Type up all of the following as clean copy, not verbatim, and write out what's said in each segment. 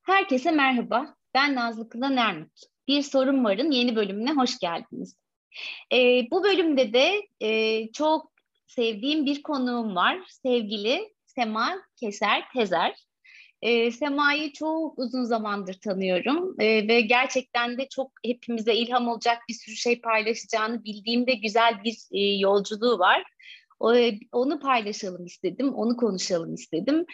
Herkese merhaba. Ben Nazlı Kılan Ermut. Bir Sorun Var'ın yeni bölümüne hoş geldiniz. Bu bölümde de çok sevdiğim bir konuğum var. Sevgili Sema Keser Tezer. Sema'yı çok uzun zamandır tanıyorum ve gerçekten de çok hepimize ilham olacak bir sürü şey paylaşacağını bildiğimde güzel bir yolculuğu var. Onu paylaşalım istedim, onu konuşalım istedim.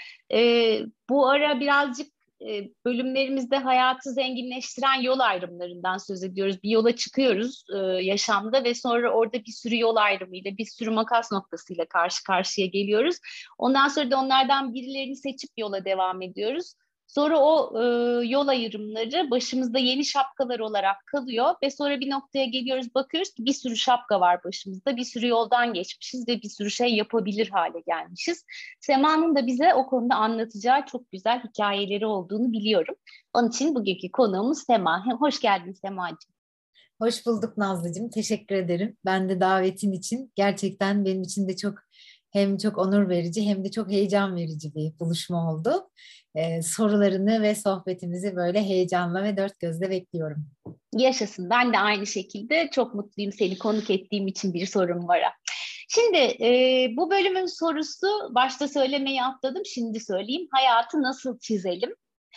Bu ara birazcık bölümlerimizde hayatı zenginleştiren yol ayrımlarından söz ediyoruz. Bir yola çıkıyoruz yaşamda ve sonra orada bir sürü yol ayrımıyla, bir sürü makas noktasıyla karşı karşıya geliyoruz. Ondan sonra da onlardan birilerini seçip yola devam ediyoruz. Sonra o yol ayrımları başımızda yeni şapkalar olarak kalıyor ve sonra bir noktaya geliyoruz, bakıyoruz ki bir sürü şapka var başımızda, bir sürü yoldan geçmişiz ve bir sürü şey yapabilir hale gelmişiz. Sema'nın da bize o konuda anlatacağı çok güzel hikayeleri olduğunu biliyorum. Onun için bugünkü konuğumuz Sema. Hoş geldin Sema'cığım. Hoş bulduk Nazlıcığım. Teşekkür ederim. Ben de davetin için gerçekten benim için de hem çok onur verici hem de çok heyecan verici bir buluşma oldu. Sorularını ve sohbetimizi böyle heyecanla ve dört gözle bekliyorum. Yaşasın. Ben de aynı şekilde çok mutluyum seni konuk ettiğim için bir sorum var. Şimdi bu bölümün sorusu başta söylemeyi atladım. Şimdi söyleyeyim. Hayatı nasıl çizelim?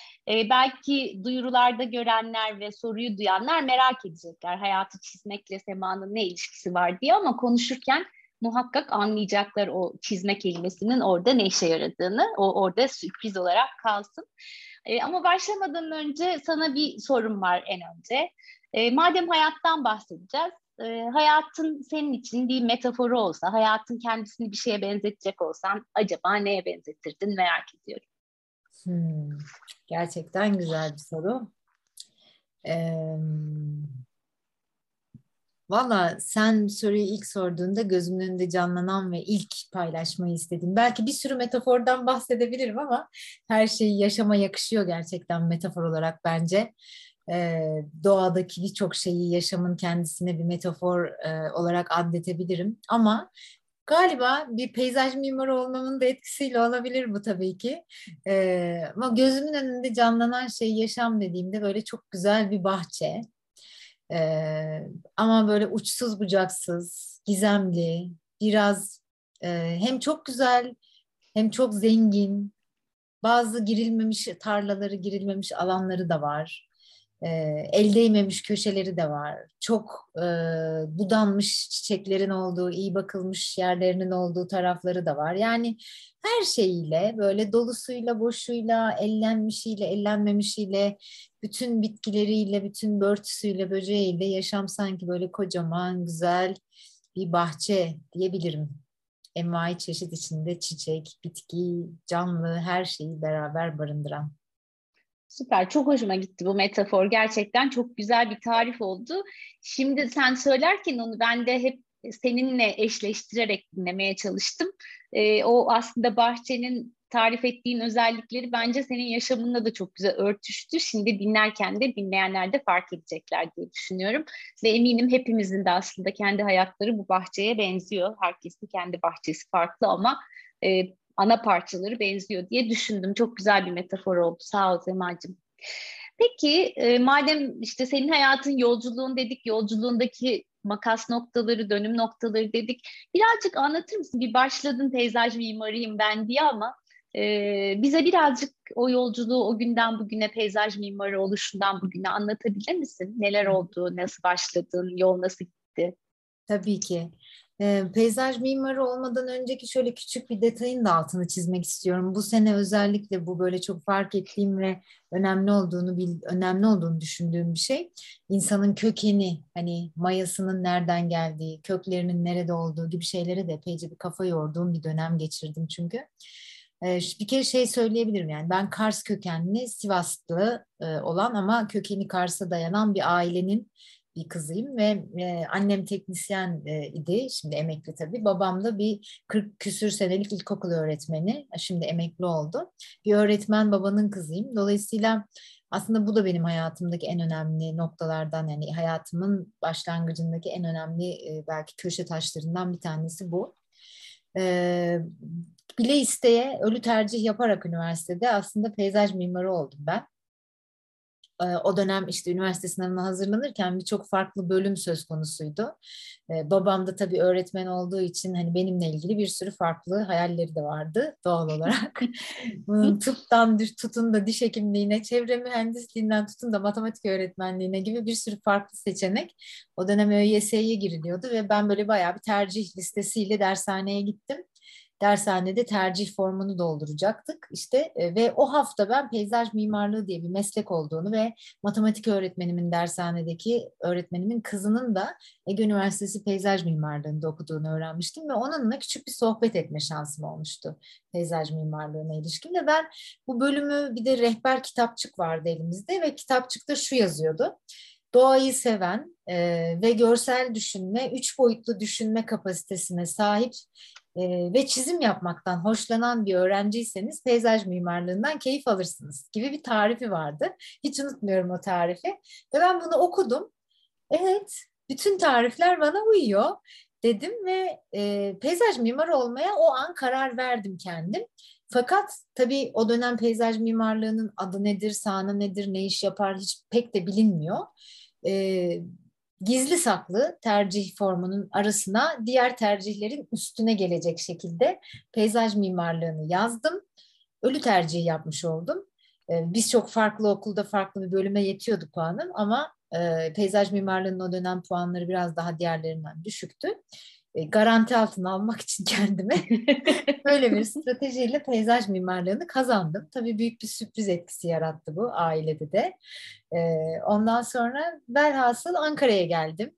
Belki duyurularda görenler ve soruyu duyanlar merak edecekler. Hayatı çizmekle Sema'nın ne ilişkisi var diye ama konuşurken muhakkak anlayacaklar o çizme kelimesinin orada ne işe yaradığını. O orada sürpriz olarak kalsın. Ama başlamadan önce sana bir sorum var en önce. Madem hayattan bahsedeceğiz, hayatın senin için bir metaforu olsa, hayatın kendisini bir şeye benzetecek olsan acaba neye benzetirdin merak ediyorum. Hmm, Gerçekten güzel bir soru. Ee, Valla sen soruyu ilk sorduğunda gözümün önünde canlanan ve ilk paylaşmayı istedim. Belki bir sürü metafordan bahsedebilirim ama her şey yaşama yakışıyor gerçekten metafor olarak bence. Doğadaki birçok şeyi yaşamın kendisine bir metafor olarak addedebilirim. Ama galiba bir peyzaj mimarı olmamın da etkisiyle olabilir bu tabii ki. Ama gözümün önünde canlanan şey yaşam dediğimde böyle çok güzel bir bahçe. Ama böyle uçsuz bucaksız, gizemli, biraz hem çok güzel hem çok zengin. Bazı girilmemiş tarlaları, girilmemiş alanları da var. Ee, El değmemiş köşeleri de var. Çok budanmış çiçeklerin olduğu, iyi bakılmış yerlerinin olduğu tarafları da var. Yani her şeyiyle, böyle dolusuyla, boşuyla, ellenmişiyle, ellenmemişiyle, bütün bitkileriyle, bütün börtüsüyle, böceğiyle yaşam sanki böyle kocaman, güzel bir bahçe diyebilirim. Envai çeşit içinde çiçek, bitki, canlı her şeyi beraber barındıran. Süper, çok hoşuma gitti bu metafor. Gerçekten çok güzel bir tarif oldu. Şimdi sen söylerken onu ben de hep seninle eşleştirerek dinlemeye çalıştım. O aslında bahçenin tarif ettiğin özellikleri bence senin yaşamında da çok güzel örtüştü. Şimdi dinlerken de dinleyenler de fark edecekler diye düşünüyorum. Ve eminim hepimizin de aslında kendi hayatları bu bahçeye benziyor. Herkesin kendi bahçesi farklı ama ana parçaları benziyor diye düşündüm. Çok güzel bir metafor oldu. Sağ ol Semacığım. Peki madem işte senin hayatın yolculuğun dedik, yolculuğundaki makas noktaları, dönüm noktaları dedik. Birazcık anlatır mısın? Bir başladın peyzaj mimarıyım ben diye ama bize birazcık o yolculuğu o günden bugüne peyzaj mimarı oluşundan bugüne anlatabilir misin? Neler oldu, nasıl başladın, yol nasıl gitti? Tabii ki. Peyzaj mimarı olmadan önceki şöyle küçük bir detayın da altını çizmek istiyorum. Bu sene özellikle bu böyle çok fark ettiğim ve önemli olduğunu düşündüğüm bir şey. İnsanın kökeni, hani mayasının nereden geldiği, köklerinin nerede olduğu gibi şeylere de epeyce bir kafa yorduğum bir dönem geçirdim çünkü. Bir kere şey söyleyebilirim, yani ben Kars kökenli Sivaslı olan ama kökeni Kars'a dayanan bir ailenin bir kızıyım ve annem teknisyen idi. Şimdi emekli tabii. Babam da bir 40 küsür senelik ilkokul öğretmeni. Şimdi emekli oldu. Bir öğretmen babanın kızıyım. Dolayısıyla aslında bu da benim hayatımdaki en önemli noktalardan, yani hayatımın başlangıcındaki en önemli belki köşe taşlarından bir tanesi bu. E, Bile isteye ölü tercih yaparak üniversitede aslında peyzaj mimarı oldum ben. o dönem işte üniversite sınavına hazırlanırken birçok farklı bölüm söz konusuydu. Babam da tabii öğretmen olduğu için hani benimle ilgili bir sürü farklı hayalleri de vardı doğal olarak. Bunun tıptan tutun da diş hekimliğine, çevre mühendisliğinden tutun da matematik öğretmenliğine gibi bir sürü farklı seçenek. O dönem ÖYS'ye giriliyordu ve ben böyle bayağı bir tercih listesiyle dershaneye gittim. Dershanede tercih formunu dolduracaktık işte ve o hafta ben peyzaj mimarlığı diye bir meslek olduğunu ve matematik öğretmenimin dershanedeki öğretmenimin kızının da Ege Üniversitesi peyzaj mimarlığında okuduğunu öğrenmiştim ve onunla küçük bir sohbet etme şansım olmuştu peyzaj mimarlığına ilişkin ve ben bu bölümü bir de rehber kitapçık vardı elimizde ve kitapçıkta şu yazıyordu. Doğayı seven ve görsel düşünme, üç boyutlu düşünme kapasitesine sahip ve çizim yapmaktan hoşlanan bir öğrenciyseniz peyzaj mimarlığından keyif alırsınız gibi bir tarifi vardı. Hiç unutmuyorum o tarifi. Ve ben bunu okudum. Evet, bütün tarifler bana uyuyor dedim ve peyzaj mimarı olmaya o an karar verdim kendim. Fakat tabii o dönem peyzaj mimarlığının adı nedir, sahanı nedir, ne iş yapar hiç pek de bilinmiyor. E, Gizli saklı tercih formunun arasına diğer tercihlerin üstüne gelecek şekilde peyzaj mimarlığını yazdım. Ölü tercihi yapmış oldum. Biz çok farklı okulda farklı bir bölüme yetiyordu puanım ama peyzaj mimarlığının o dönem puanları biraz daha diğerlerinden düşüktü. Garanti altına almak için kendime böyle bir stratejiyle peyzaj mimarlığını kazandım. Tabii büyük bir sürpriz etkisi yarattı bu ailede de. Ondan sonra velhasıl Ankara'ya geldim.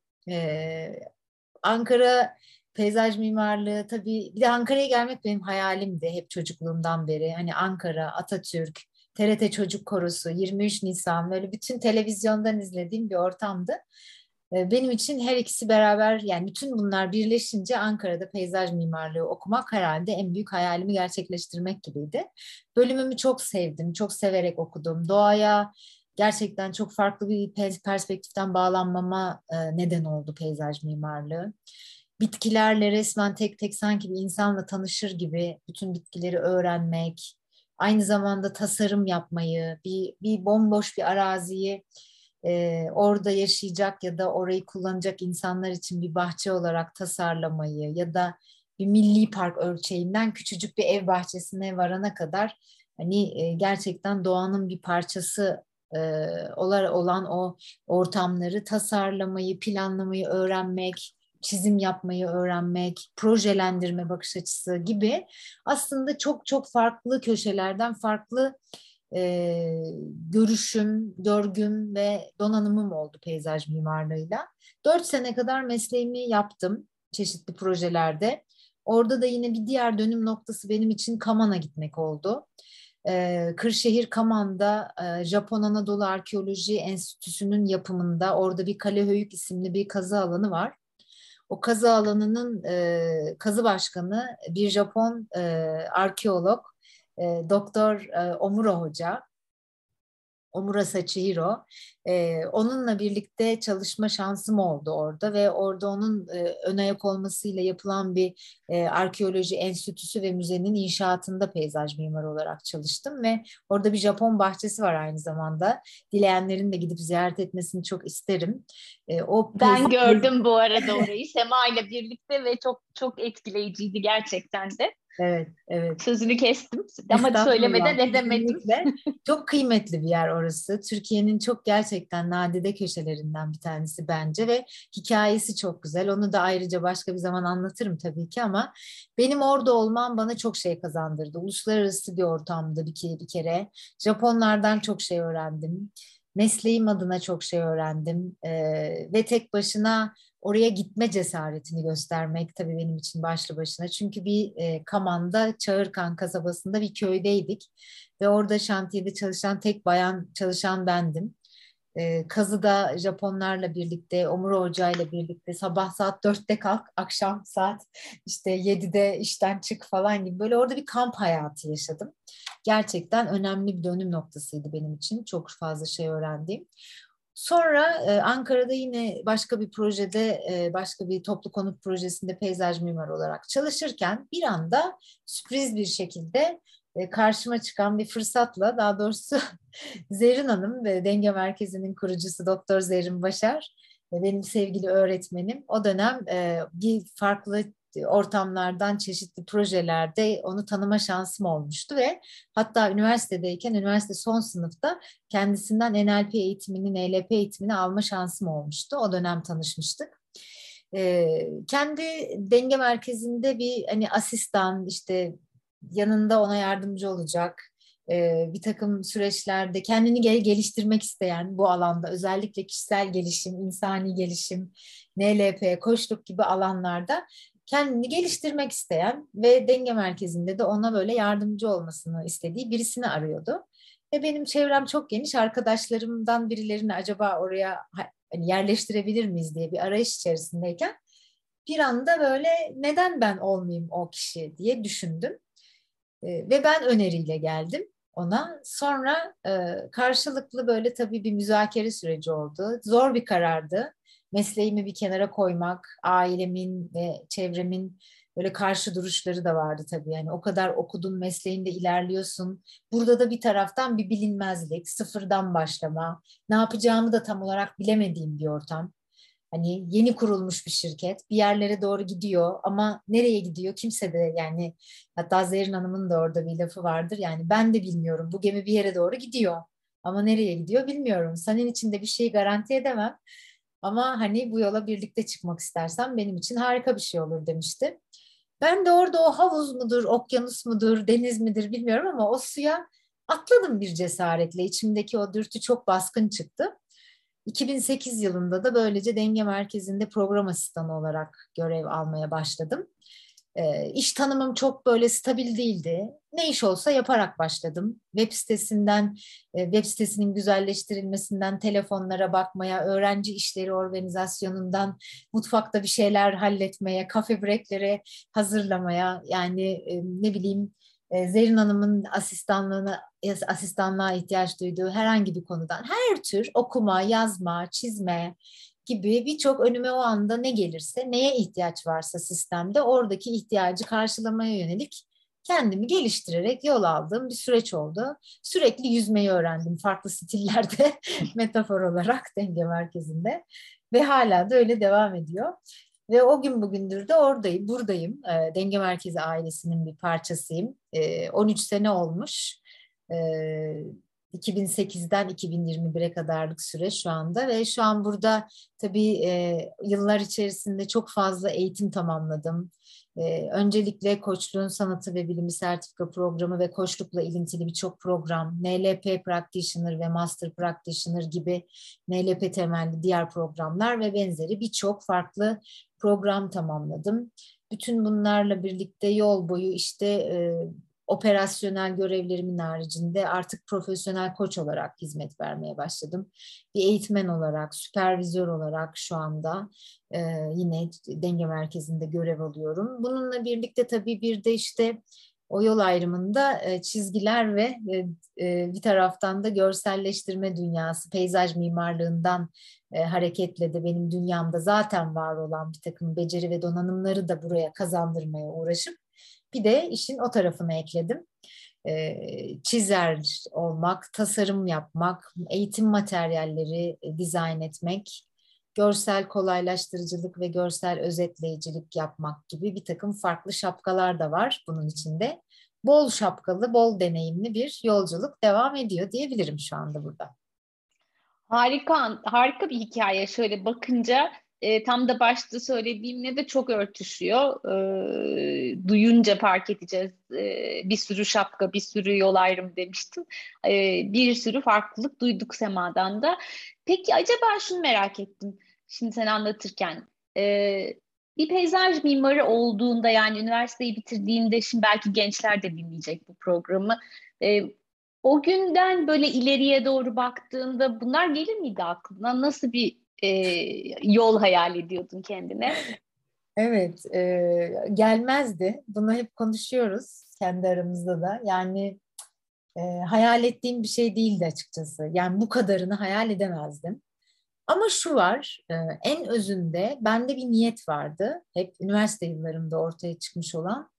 Ankara peyzaj mimarlığı tabii bir de Ankara'ya gelmek benim hayalimdi hep çocukluğumdan beri. Hani Ankara, Atatürk, TRT Çocuk Korosu, 23 Nisan böyle bütün televizyondan izlediğim bir ortamdı. Benim için her ikisi beraber yani bütün bunlar birleşince Ankara'da peyzaj mimarlığı okumak herhalde en büyük hayalimi gerçekleştirmek gibiydi. Bölümümü çok sevdim, çok severek okudum. Doğaya gerçekten çok farklı bir perspektiften bağlanmama neden oldu peyzaj mimarlığı. Bitkilerle resmen tek tek sanki bir insanla tanışır gibi bütün bitkileri öğrenmek, aynı zamanda tasarım yapmayı, bir bomboş bir araziyi orada yaşayacak ya da orayı kullanacak insanlar için bir bahçe olarak tasarlamayı ya da bir milli park ölçeğinden küçücük bir ev bahçesine varana kadar hani gerçekten doğanın bir parçası olan o ortamları tasarlamayı, planlamayı öğrenmek, çizim yapmayı öğrenmek, projelendirme bakış açısı gibi aslında çok çok farklı köşelerden farklı görüşüm, görgüm ve donanımım oldu peyzaj mimarlığıyla. 4 sene kadar mesleğimi yaptım çeşitli projelerde. Orada da yine bir diğer dönüm noktası benim için Kaman'a gitmek oldu. Kırşehir Kaman'da Japon Anadolu Arkeoloji Enstitüsü'nün yapımında orada bir Kalehöyük isimli bir kazı alanı var. O kazı alanının kazı başkanı bir Japon arkeolog Doktor Omura Hoca. Omura Sachihiro. Onunla birlikte çalışma şansım oldu orada ve orada onun ön ayak olmasıyla yapılan bir arkeoloji enstitüsü ve müzenin inşaatında peyzaj mimarı olarak çalıştım ve orada bir Japon bahçesi var aynı zamanda. Dileyenlerin de gidip ziyaret etmesini çok isterim. Ben gördüm bu arada orayı Sema ile birlikte ve çok çok etkileyiciydi gerçekten de. Evet, evet. Sözünü kestim ama söylemeden Estağfurullah, edemedim. kesinlikle. Çok kıymetli bir yer orası. Türkiye'nin çok gerçekten nadide köşelerinden bir tanesi bence ve hikayesi çok güzel. Onu da ayrıca başka bir zaman anlatırım tabii ki ama benim orada olmam bana çok şey kazandırdı. Uluslararası bir ortamda bir kere. Japonlardan çok şey öğrendim. Mesleğim adına çok şey öğrendim. Ve tek başına oraya gitme cesaretini göstermek tabii benim için başlı başına. Çünkü bir Kaman'da Çağırkan kasabasında bir köydeydik ve orada şantiyede çalışan tek bayan çalışan bendim. Kazıda Japonlarla birlikte, Omuro Hoca ile birlikte sabah saat 4'te kalk, akşam saat işte 7'de işten çık falan gibi böyle orada bir kamp hayatı yaşadım. Gerçekten önemli bir dönüm noktasıydı benim için. Çok fazla şey öğrendim. Sonra Ankara'da yine başka bir projede, başka bir toplu konut projesinde peyzaj mimarı olarak çalışırken bir anda sürpriz bir şekilde karşıma çıkan bir fırsatla, daha doğrusu Zerrin Hanım ve Denge Merkezi'nin kurucusu Doktor Zerrin Başar, benim sevgili öğretmenim. O dönem bir farklı ortamlardan, çeşitli projelerde onu tanıma şansım olmuştu ve hatta üniversitedeyken, üniversite son sınıfta kendisinden NLP eğitimini, NLP eğitimini alma şansım olmuştu. O dönem tanışmıştık. Kendi denge merkezinde bir hani asistan, işte yanında ona yardımcı olacak, bir takım süreçlerde kendini geliştirmek isteyen bu alanda, özellikle kişisel gelişim, insani gelişim, NLP, koçluk gibi alanlarda kendini geliştirmek isteyen ve denge merkezinde de ona böyle yardımcı olmasını istediği birisini arıyordu. Ve benim çevrem çok geniş. Arkadaşlarımdan birilerini acaba oraya hani yerleştirebilir miyiz diye bir arayış içerisindeyken bir anda böyle neden ben olmayayım o kişi diye düşündüm. Ve ben öneriyle geldim ona. Sonra karşılıklı böyle tabii bir müzakere süreci oldu. Zor bir karardı. Mesleğimi bir kenara koymak, ailemin ve çevremin böyle karşı duruşları da vardı tabii. Yani o kadar okudun, mesleğinde ilerliyorsun. Burada da bir taraftan bir bilinmezlik, sıfırdan başlama, ne yapacağımı da tam olarak bilemediğim bir ortam. Hani yeni kurulmuş bir şirket, bir yerlere doğru gidiyor ama nereye gidiyor kimse de, yani hatta Zerrin Hanım'ın da orada bir lafı vardır. Yani ben de bilmiyorum, bu gemi bir yere doğru gidiyor ama nereye gidiyor bilmiyorum. Senin için de bir şeyi garanti edemem ama hani bu yola birlikte çıkmak istersen benim için harika bir şey olur demişti. Ben de orada o havuz mudur, okyanus mudur, deniz midir bilmiyorum ama o suya atladım bir cesaretle. İçimdeki o dürtü çok baskın çıktı. 2008 yılında da böylece Denge Merkezi'nde program asistanı olarak görev almaya başladım. İş tanımım çok böyle stabil değildi. Ne iş olsa yaparak başladım. Web sitesinin güzelleştirilmesinden, telefonlara bakmaya, öğrenci işleri organizasyonundan, mutfakta bir şeyler halletmeye, kafe breakleri hazırlamaya, yani ne bileyim, Zerrin Hanım'ın asistanlığa ihtiyaç duyduğu herhangi bir konudan her tür okuma, yazma, çizme gibi birçok önüme o anda ne gelirse, neye ihtiyaç varsa sistemde oradaki ihtiyacı karşılamaya yönelik kendimi geliştirerek yol aldığım bir süreç oldu. Sürekli yüzmeyi öğrendim farklı stillerde metafor olarak denge merkezinde ve hala da öyle devam ediyor. Ve o gün bugündür de oradayım, buradayım. Denge Merkezi ailesinin bir parçasıyım. 13 sene olmuş. 2008'den 2021'e kadarlık süre şu anda ve şu an burada tabii yıllar içerisinde çok fazla eğitim tamamladım. Öncelikle koçluğun sanatı ve bilimi sertifika programı ve koçlukla ilintili birçok program, NLP Practitioner ve Master Practitioner gibi NLP temelli diğer programlar ve benzeri birçok farklı program tamamladım. Bütün bunlarla birlikte yol boyu işte operasyonel görevlerimin haricinde artık profesyonel koç olarak hizmet vermeye başladım. Bir eğitmen olarak, süpervizör olarak şu anda yine denge merkezinde görev alıyorum. Bununla birlikte tabii bir de işte o yol ayrımında çizgiler ve bir taraftan da görselleştirme dünyası, peyzaj mimarlığından hareketle de benim dünyamda zaten var olan bir takım beceri ve donanımları da buraya kazandırmaya uğraşıp bir de işin o tarafını ekledim. Çizer olmak, tasarım yapmak, eğitim materyalleri dizayn etmek, görsel kolaylaştırıcılık ve görsel özetleyicilik yapmak gibi bir takım farklı şapkalar da var bunun içinde. Bol şapkalı, bol deneyimli bir yolculuk devam ediyor diyebilirim şu anda burada. Harika, harika bir hikaye. Şöyle bakınca tam da başta söylediğimle de çok örtüşüyor. Duyunca fark edeceğiz. Bir sürü şapka, bir sürü yol ayrımı demiştim. Bir sürü farklılık duyduk Sema'dan da. Peki acaba şunu merak ettim şimdi sen anlatırken. Bir peyzaj mimarı olduğunda, yani üniversiteyi bitirdiğinde, şimdi belki gençler de dinleyecek bu programı. E, O günden böyle ileriye doğru baktığında bunlar gelir miydi aklına? Nasıl bir yol hayal ediyordun kendine? Evet, gelmezdi. Bunu hep konuşuyoruz kendi aramızda da. Yani hayal ettiğim bir şey değildi açıkçası. Yani bu kadarını hayal edemezdim. Ama şu var, en özünde bende bir niyet vardı. Hep üniversite yıllarımda ortaya çıkmış olan.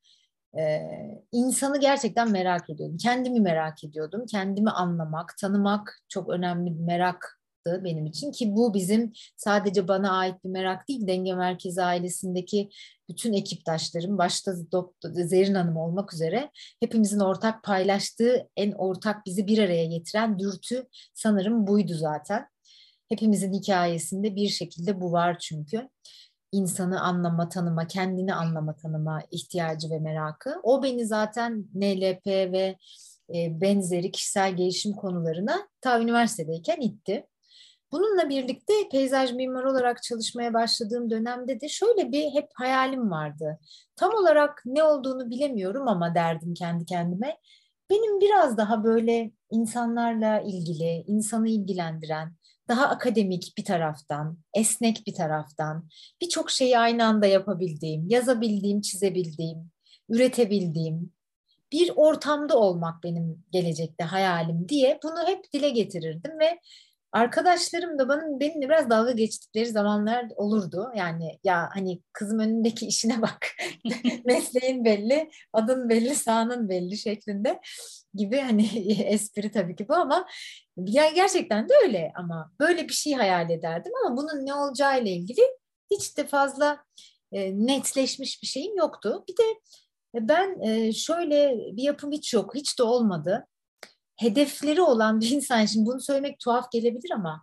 insanı gerçekten merak ediyordum. Kendimi merak ediyordum. Kendimi anlamak, tanımak çok önemli bir meraktı benim için ki bu bizim sadece bana ait bir merak değil. Denge Merkezi ailesindeki bütün ekiptaşlarım, başta Zerrin Hanım olmak üzere hepimizin ortak paylaştığı, en ortak bizi bir araya getiren dürtü sanırım buydu zaten. Hepimizin hikayesinde bir şekilde bu var çünkü. İnsanı anlama, tanıma, kendini anlama, tanıma ihtiyacı ve merakı. O beni zaten NLP ve benzeri kişisel gelişim konularına ta üniversitedeyken itti. Bununla birlikte peyzaj mimarı olarak çalışmaya başladığım dönemde de şöyle bir hep hayalim vardı. Tam olarak ne olduğunu bilemiyorum ama derdim kendi kendime. Benim biraz daha böyle insanlarla ilgili, insanı ilgilendiren, daha akademik bir taraftan, esnek bir taraftan, birçok şeyi aynı anda yapabildiğim, yazabildiğim, çizebildiğim, üretebildiğim bir ortamda olmak benim gelecekte hayalim diye bunu hep dile getirirdim ve arkadaşlarım da benimle biraz dalga geçtikleri zamanlar olurdu. Yani ya hani kızım önündeki işine bak. Mesleğin belli, adın belli, sahanın belli şeklinde gibi hani espri tabii ki bu ama gerçekten de öyle ama böyle bir şey hayal ederdim ama bunun ne olacağıyla ilgili hiç de fazla netleşmiş bir şeyim yoktu. Bir de ben şöyle bir yapım hiç yok, hiç de olmadı. Hedefleri olan bir insan, şimdi bunu söylemek tuhaf gelebilir ama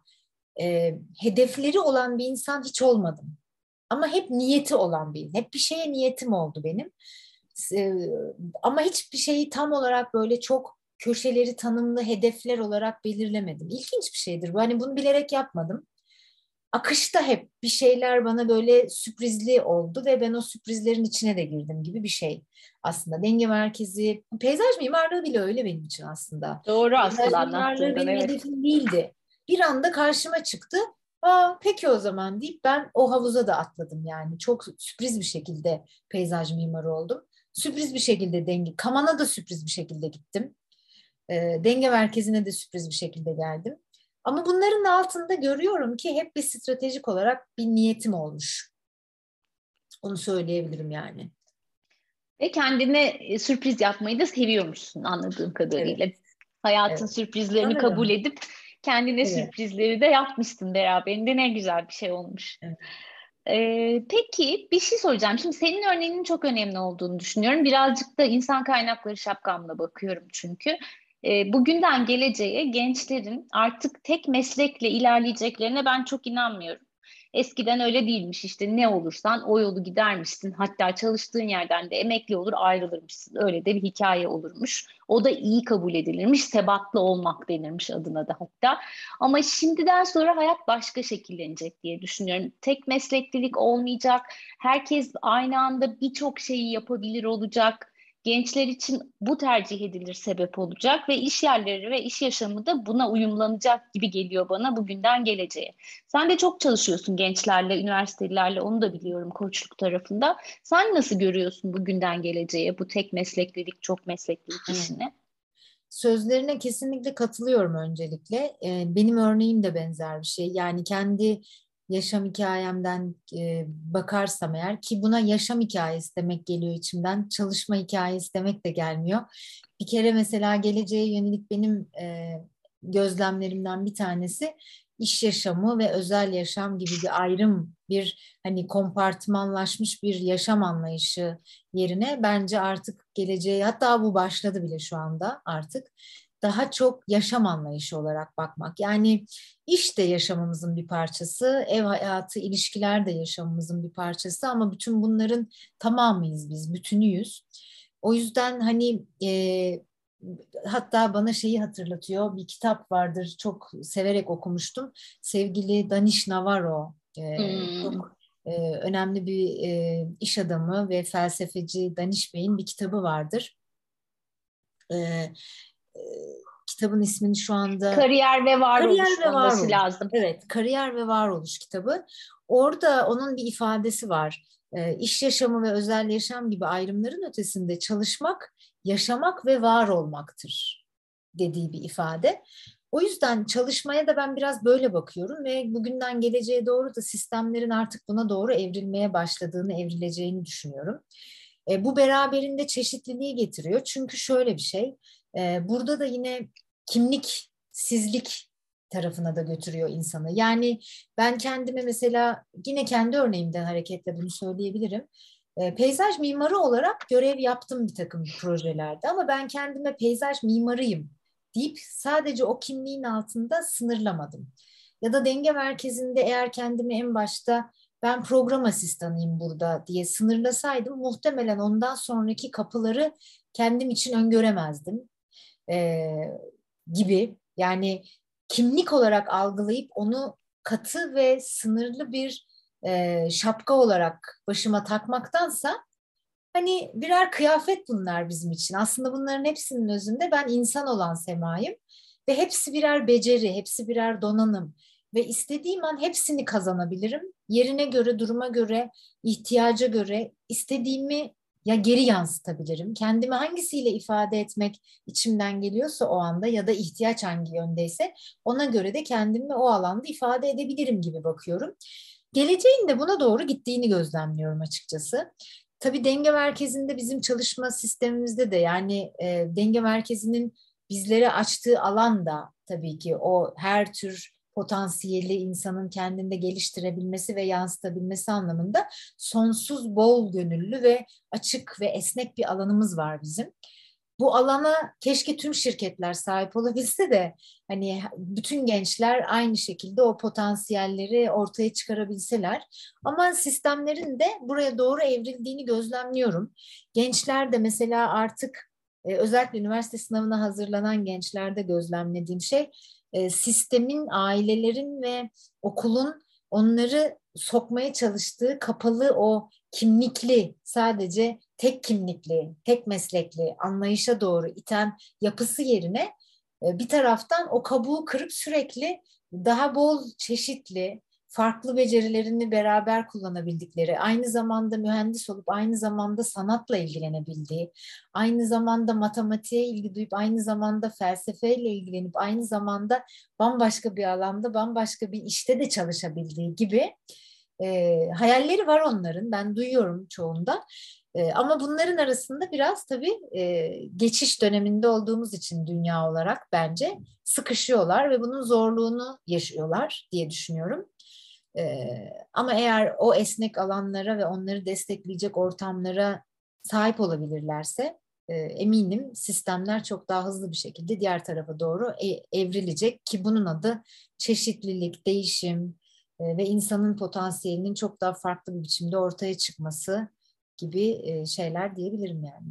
hedefleri olan bir insan hiç olmadım. Ama hep niyeti olan bir, hep bir şeye niyetim oldu benim. E, Ama hiçbir şeyi tam olarak böyle çok köşeleri tanımlı hedefler olarak belirlemedim. İlginç bir şeydir bu. Hani bunu bilerek yapmadım. Akışta hep bir şeyler bana böyle sürprizli oldu ve ben o sürprizlerin içine de girdim gibi bir şey aslında. Denge merkezi, peyzaj mimarlığı bile öyle benim için aslında. Doğru Peyzaj aslında mimarlığı anlattığından, benim evet. hedefim değildi. Bir anda karşıma çıktı. Aa, peki o zaman deyip ben o havuza da atladım yani. Çok sürpriz bir şekilde peyzaj mimarı oldum. Sürpriz bir şekilde Kaman'a da sürpriz bir şekilde gittim. Denge merkezine de sürpriz bir şekilde geldim. Ama bunların altında görüyorum ki hep bir stratejik olarak bir niyetim olmuş. Onu söyleyebilirim yani. Ve kendine sürpriz yapmayı da seviyormuşsun anladığım Evet, kadarıyla. Hayatın evet. sürprizlerini kabul Sanırım. edip kendine Evet, sürprizleri de yapmışsın beraberinde. Ne güzel bir şey olmuş. evet. Peki bir şey soracağım. Şimdi senin örneğinin çok önemli olduğunu düşünüyorum. Birazcık da insan kaynakları şapkamla bakıyorum çünkü. Bugünden geleceğe gençlerin artık tek meslekle ilerleyeceklerine ben çok inanmıyorum. Eskiden öyle değilmiş, işte ne olursan o yolu gidermişsin. Hatta çalıştığın yerden de emekli olur ayrılırmışsın. Öyle de bir hikaye olurmuş. O da iyi kabul edilirmiş. Sebatlı olmak denirmiş adına da hatta. Ama şimdiden sonra hayat başka şekillenecek diye düşünüyorum. Tek mesleklilik olmayacak. Herkes aynı anda birçok şeyi yapabilir olacak. Gençler için bu tercih edilir sebep olacak ve iş yerleri ve iş yaşamı da buna uyumlanacak gibi geliyor bana bugünden geleceğe. Sen de çok çalışıyorsun gençlerle, üniversitelilerle, onu da biliyorum koçluk tarafında. Sen nasıl görüyorsun bugünden geleceğe bu tek mesleklilik, çok mesleklilik Evet. işini? Sözlerine kesinlikle katılıyorum öncelikle. Benim örneğim de benzer bir şey. Yani kendi yaşam hikayemden bakarsam eğer ki buna yaşam hikayesi demek geliyor içimden. Çalışma hikayesi demek de gelmiyor. Bir kere mesela geleceğe yönelik benim gözlemlerimden bir tanesi iş yaşamı ve özel yaşam gibi bir ayrım, bir hani kompartımanlaşmış bir yaşam anlayışı yerine bence artık geleceğe, hatta bu başladı bile şu anda artık, daha çok yaşam anlayışı olarak bakmak. Yani iş de yaşamımızın bir parçası, ev hayatı, ilişkiler de yaşamımızın bir parçası ama bütün bunların tamamıyız biz, bütünüyüz. O yüzden hani hatta bana şeyi hatırlatıyor, bir kitap vardır, çok severek okumuştum. Sevgili Danish Navarro, Hmm. çok önemli bir iş adamı ve felsefeci Danish Bey'in bir kitabı vardır. E, e, Kitabın ismini şu anda Kariyer ve Kariyer varoluş ve olması Varoluş. lazım. Evet, Kariyer ve Varoluş kitabı. Orada onun bir ifadesi var. İş yaşamı ve özel yaşam gibi ayrımların ötesinde çalışmak, yaşamak ve var olmaktır dediği bir ifade. O yüzden çalışmaya da ben biraz böyle bakıyorum ve bugünden geleceğe doğru da sistemlerin artık buna doğru evrilmeye başladığını, evrileceğini düşünüyorum. Bu beraberinde çeşitliliği getiriyor. Çünkü şöyle bir şey, burada da yine kimliksizlik tarafına da götürüyor insanı. Yani ben kendime mesela yine kendi örneğimden hareketle bunu söyleyebilirim. Peyzaj mimarı olarak görev yaptım bir takım projelerde ama ben kendime peyzaj mimarıyım deyip sadece o kimliğin altında sınırlamadım. Ya da denge merkezinde eğer kendimi en başta ben program asistanıyım burada diye sınırlasaydım muhtemelen ondan sonraki kapıları kendim için öngöremezdim gibi. Yani kimlik olarak algılayıp onu katı ve sınırlı bir şapka olarak başıma takmaktansa hani birer kıyafet bunlar bizim için. Aslında bunların hepsinin özünde ben insan olan Sema'yım ve hepsi birer beceri, hepsi birer donanım ve istediğim an hepsini kazanabilirim. Yerine göre, duruma göre, ihtiyaca göre istediğimi ya geri yansıtabilirim. Kendimi hangisiyle ifade etmek içimden geliyorsa o anda ya da ihtiyaç hangi yöndeyse ona göre de kendimi o alanda ifade edebilirim gibi bakıyorum. Geleceğin de buna doğru gittiğini gözlemliyorum açıkçası. Tabii denge merkezinde bizim çalışma sistemimizde de yani denge merkezinin bizlere açtığı alan da tabii ki o her tür potansiyeli insanın kendinde geliştirebilmesi ve yansıtabilmesi anlamında sonsuz bol gönüllü ve açık ve esnek bir alanımız var bizim. Bu alana keşke tüm şirketler sahip olabilse de hani bütün gençler aynı şekilde o potansiyelleri ortaya çıkarabilseler. Ama sistemlerin de buraya doğru evrildiğini gözlemliyorum. Gençler de mesela artık özellikle üniversite sınavına hazırlanan gençlerde gözlemlediğim şey sistemin, ailelerin ve okulun onları sokmaya çalıştığı kapalı o kimlikli, sadece tek kimlikli, tek meslekli anlayışa doğru iten yapısı yerine bir taraftan o kabuğu kırıp sürekli daha bol çeşitli, farklı becerilerini beraber kullanabildikleri, aynı zamanda mühendis olup aynı zamanda sanatla ilgilenebildiği, aynı zamanda matematiğe ilgi duyup aynı zamanda felsefeyle ilgilenip aynı zamanda bambaşka bir alanda, bambaşka bir işte de çalışabildiği gibi hayalleri var onların. Ben duyuyorum çoğunda. Ama bunların arasında biraz tabii geçiş döneminde olduğumuz için dünya olarak bence sıkışıyorlar ve bunun zorluğunu yaşıyorlar diye düşünüyorum. Ama eğer o esnek alanlara ve onları destekleyecek ortamlara sahip olabilirlerse eminim sistemler çok daha hızlı bir şekilde diğer tarafa doğru evrilecek ki bunun adı çeşitlilik, değişim ve insanın potansiyelinin çok daha farklı bir biçimde ortaya çıkması gibi şeyler diyebilirim yani.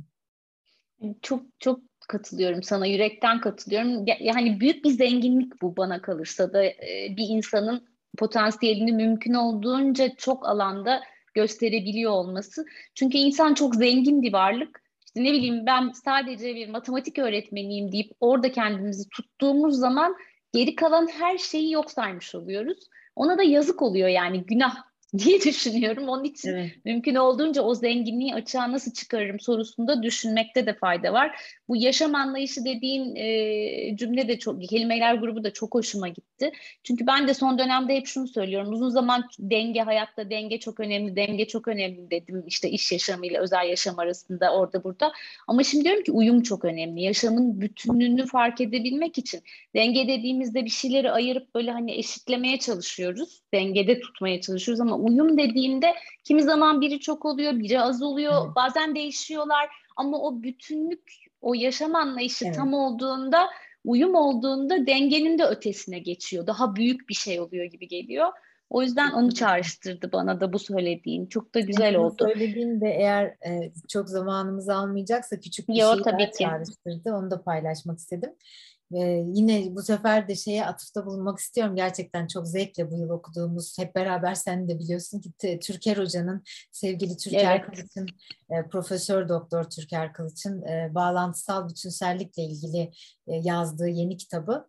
Çok çok katılıyorum sana, yürekten katılıyorum. Yani büyük bir zenginlik bu bana kalırsa da bir insanın potansiyelini mümkün olduğunca çok alanda gösterebiliyor olması. Çünkü insan çok zengin bir varlık. İşte ne bileyim ben sadece bir matematik öğretmeniyim deyip orada kendimizi tuttuğumuz zaman geri kalan her şeyi yok saymış oluyoruz. Ona da yazık oluyor yani günah diye düşünüyorum. Onun için Evet. mümkün olduğunca o zenginliği açığa nasıl çıkarırım sorusunda düşünmekte de fayda var. Bu yaşam anlayışı dediğin cümle de çok, kelimeler grubu da çok hoşuma gitti. Çünkü ben de son dönemde hep şunu söylüyorum. Uzun zaman denge, hayatta denge çok önemli, denge çok önemli dedim. İşte iş yaşamıyla özel yaşam arasında orada burada. Ama şimdi diyorum ki uyum çok önemli. Yaşamın bütünlüğünü fark edebilmek için denge dediğimizde bir şeyleri ayırıp böyle hani eşitlemeye çalışıyoruz. Dengede tutmaya çalışıyoruz ama uyum dediğinde kimi zaman biri çok oluyor, biri az oluyor, Evet. bazen değişiyorlar ama o bütünlük, o yaşam anlayışı Evet. tam olduğunda, uyum olduğunda dengenin de ötesine geçiyor. Daha büyük bir şey oluyor gibi geliyor. O yüzden onu Kesinlikle. çağrıştırdı bana da bu söylediğin. Çok da güzel Senin bu oldu. söylediğin de eğer çok zamanımızı almayacaksa küçük bir Yo şey daha tabii ki. çağrıştırdı. Onu da paylaşmak istedim. Yine bu sefer de şeye atıfta bulunmak istiyorum. Gerçekten çok zevkle bu yıl okuduğumuz, hep beraber sen de biliyorsun ki Türker Hoca'nın, sevgili Türker Evet. Kılıç'ın, Profesör Doktor Türker Kılıç'ın bağlantısal bütünsellikle ilgili yazdığı yeni kitabı.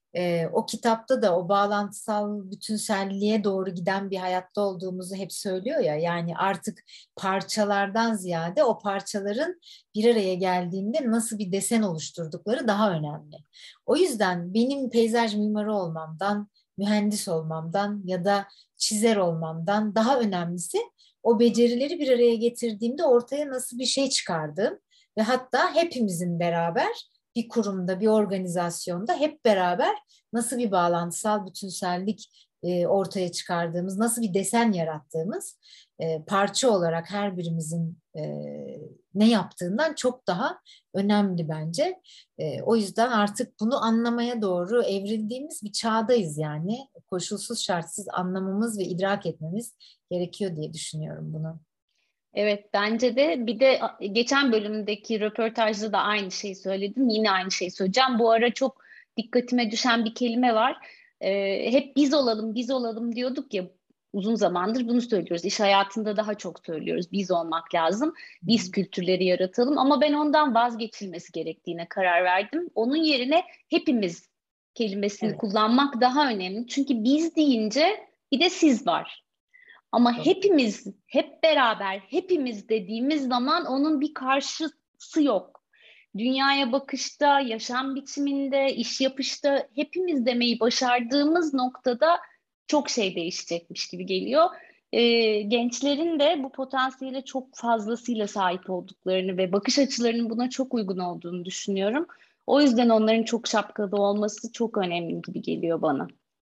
O kitapta da o bağlantısal bütünselliğe doğru giden bir hayatta olduğumuzu hep söylüyor ya. Yani artık parçalardan ziyade o parçaların bir araya geldiğinde nasıl bir desen oluşturdukları daha önemli. O yüzden benim peyzaj mimarı olmamdan, mühendis olmamdan ya da çizer olmamdan daha önemlisi o becerileri bir araya getirdiğimde ortaya nasıl bir şey çıkardım ve hatta hepimizin beraber bir kurumda, bir organizasyonda hep beraber nasıl bir bağlantısal bütünsellik ortaya çıkardığımız, nasıl bir desen yarattığımız parça olarak her birimizin ne yaptığından çok daha önemli bence. O yüzden artık bunu anlamaya doğru evrildiğimiz bir çağdayız yani. Koşulsuz şartsız anlamamız ve idrak etmemiz gerekiyor diye düşünüyorum bunu. Evet, bence de. Bir de geçen bölümdeki röportajda da aynı şeyi söyledim. Yine aynı şeyi söyleyeceğim. Bu ara çok dikkatime düşen bir kelime var. Hep biz olalım, biz olalım diyorduk ya, uzun zamandır bunu söylüyoruz. İş hayatında daha çok söylüyoruz. Biz olmak lazım. Biz kültürleri yaratalım. Ama ben ondan vazgeçilmesi gerektiğine karar verdim. Onun yerine hepimiz kelimesini Evet. kullanmak daha önemli. Çünkü biz deyince bir de siz var. Ama Doğru. hepimiz, hep beraber, hepimiz dediğimiz zaman onun bir karşısı yok. Dünyaya bakışta, yaşam biçiminde, iş yapışta hepimiz demeyi başardığımız noktada çok şey değişecekmiş gibi geliyor. Gençlerin de bu potansiyele çok fazlasıyla sahip olduklarını ve bakış açılarının buna çok uygun olduğunu düşünüyorum. O yüzden onların çok şapkalı olması çok önemli gibi geliyor bana.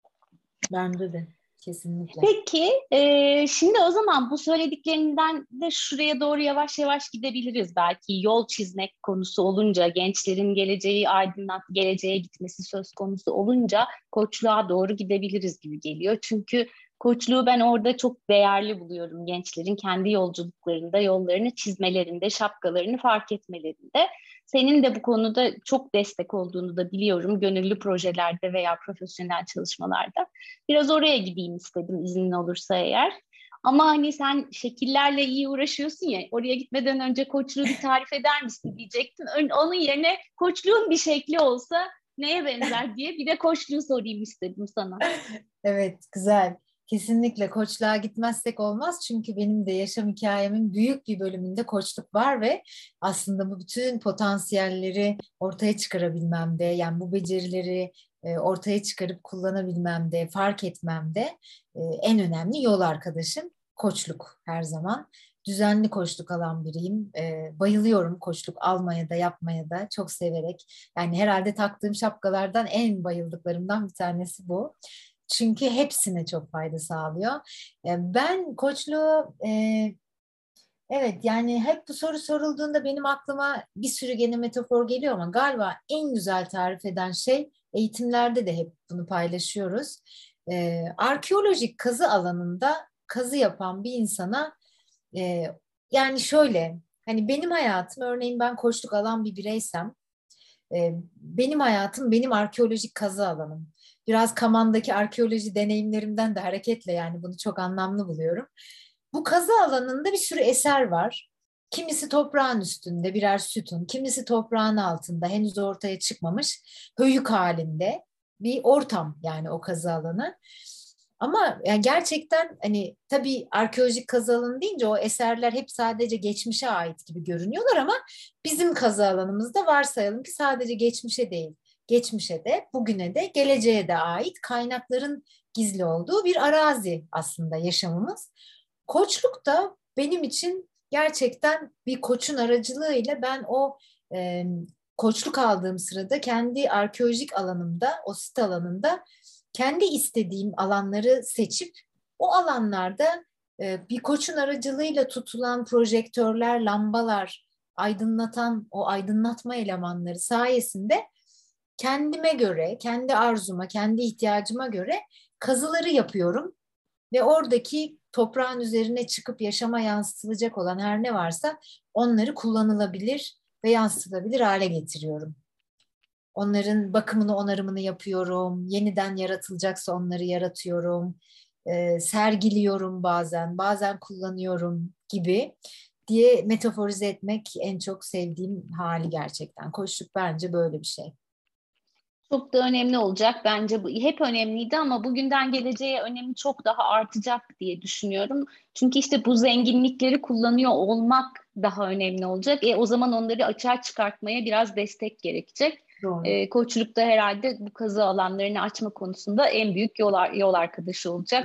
Bence de kesinlikle. Peki, şimdi o zaman bu söylediklerinden de şuraya doğru yavaş yavaş gidebiliriz. Belki yol çizmek konusu olunca, gençlerin geleceği aydınlat, geleceğe gitmesi söz konusu olunca koçluğa doğru gidebiliriz gibi geliyor. Çünkü koçluğu ben orada çok değerli buluyorum. Gençlerin kendi yolculuklarında, yollarını çizmelerinde, şapkalarını fark etmelerinde. Senin de bu konuda çok destek olduğunu da biliyorum. Gönüllü projelerde veya profesyonel çalışmalarda. Biraz oraya gideyim istedim iznin olursa eğer. Ama hani sen şekillerle iyi uğraşıyorsun ya, oraya gitmeden önce koçluğu bir tarif eder misin diyecektim. Onun yerine koçluğun bir şekli olsa neye benzer diye bir de koçluğu sorayım istedim sana. Evet, güzel. Kesinlikle koçluğa gitmezsek olmaz. Çünkü benim de yaşam hikayemin büyük bir bölümünde koçluk var ve aslında bu bütün potansiyelleri ortaya çıkarabilmemde, yani bu becerileri ortaya çıkarıp kullanabilmemde, fark etmemde en önemli yol arkadaşım koçluk her zaman. Düzenli koçluk alan biriyim. Bayılıyorum koçluk almaya da yapmaya da çok severek. Yani herhalde taktığım şapkalardan en bayıldıklarımdan bir tanesi bu. Çünkü hepsine çok fayda sağlıyor. Ben koçluğu evet yani hep bu soru sorulduğunda benim aklıma bir sürü gene metafor geliyor ama galiba en güzel tarif eden şey eğitimlerde de hep bunu paylaşıyoruz. Arkeolojik kazı alanında kazı yapan bir insana e, yani şöyle hani benim hayatım örneğin ben koçluk alan bir bireysem benim hayatım benim arkeolojik kazı alanım. Biraz Kaman'daki arkeoloji deneyimlerimden de hareketle yani bunu çok anlamlı buluyorum. Bu kazı alanında bir sürü eser var. Kimisi toprağın üstünde birer sütun, kimisi toprağın altında henüz ortaya çıkmamış höyük halinde bir ortam yani o kazı alanı. Ama yani gerçekten hani tabii arkeolojik kazı alanı deyince o eserler hep sadece geçmişe ait gibi görünüyorlar ama bizim kazı alanımızda varsayalım ki sadece geçmişe değil, geçmişe de, bugüne de, geleceğe de ait kaynakların gizli olduğu bir arazi aslında yaşamımız. Koçluk da benim için gerçekten bir koçun aracılığıyla ben o e, koçluk aldığım sırada kendi arkeolojik alanımda, o sit alanında kendi istediğim alanları seçip o alanlarda bir koçun aracılığıyla tutulan projektörler, lambalar, aydınlatan o aydınlatma elemanları sayesinde kendime göre, kendi arzuma, kendi ihtiyacıma göre kazıları yapıyorum ve oradaki toprağın üzerine çıkıp yaşama yansıtılacak olan her ne varsa onları kullanılabilir ve yansıtılabilir hale getiriyorum. Onların bakımını, onarımını yapıyorum. Yeniden yaratılacaksa onları yaratıyorum. Sergiliyorum bazen, bazen kullanıyorum gibi diye metaforize etmek en çok sevdiğim hali gerçekten. Koçluk bence böyle bir şey. Çok da önemli olacak bence, bu hep önemliydi ama bugünden geleceğe önemi çok daha artacak diye düşünüyorum. Çünkü işte bu zenginlikleri kullanıyor olmak daha önemli olacak. O zaman onları açığa çıkartmaya biraz destek gerekecek. Doğru. Koçluk da herhalde bu kazı alanlarını açma konusunda en büyük yol arkadaşı olacak.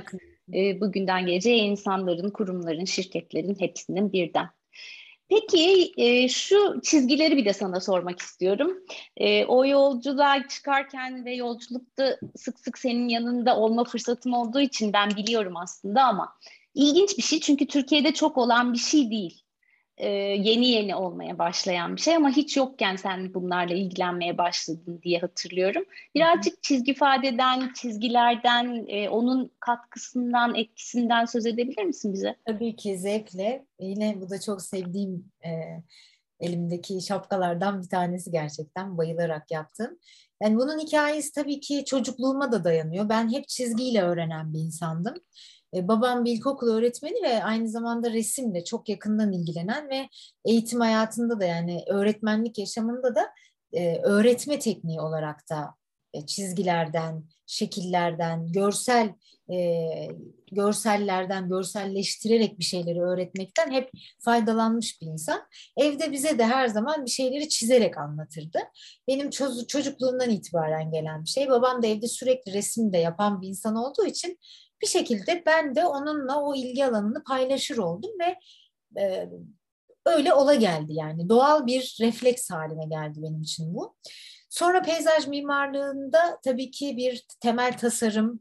Bugünden geleceğe insanların, kurumların, şirketlerin hepsinin birden. Peki şu çizgileri bir de sana sormak istiyorum. O yolculuğa çıkarken ve yolculukta sık sık senin yanında olma fırsatım olduğu için ben biliyorum aslında ama ilginç bir şey çünkü Türkiye'de çok olan bir şey değil. Yeni yeni olmaya başlayan bir şey ama hiç yokken sen bunlarla ilgilenmeye başladın diye hatırlıyorum. Birazcık çizgi ifadeden, çizgilerden, onun katkısından, etkisinden söz edebilir misin bize? Tabii ki zevkle. Yine bu da çok sevdiğim elimdeki şapkalardan bir tanesi, gerçekten bayılarak yaptım. Yani bunun hikayesi tabii ki çocukluğuma da dayanıyor. Ben hep çizgiyle öğrenen bir insandım. Babam bir ilkokul öğretmeni ve aynı zamanda resimle çok yakından ilgilenen ve eğitim hayatında da, yani öğretmenlik yaşamında da öğretme tekniği olarak da çizgilerden, şekillerden, e, görsellerden, görselleştirerek bir şeyleri öğretmekten hep faydalanmış bir insan. Evde bize de her zaman bir şeyleri çizerek anlatırdı. Benim çocukluğumdan itibaren gelen bir şey. Babam da evde sürekli resim de yapan bir insan olduğu için bir şekilde ben de onunla o ilgi alanını paylaşır oldum ve e, öyle ola geldi yani. Doğal bir refleks haline geldi benim için bu. Sonra peyzaj mimarlığında tabii ki bir temel tasarım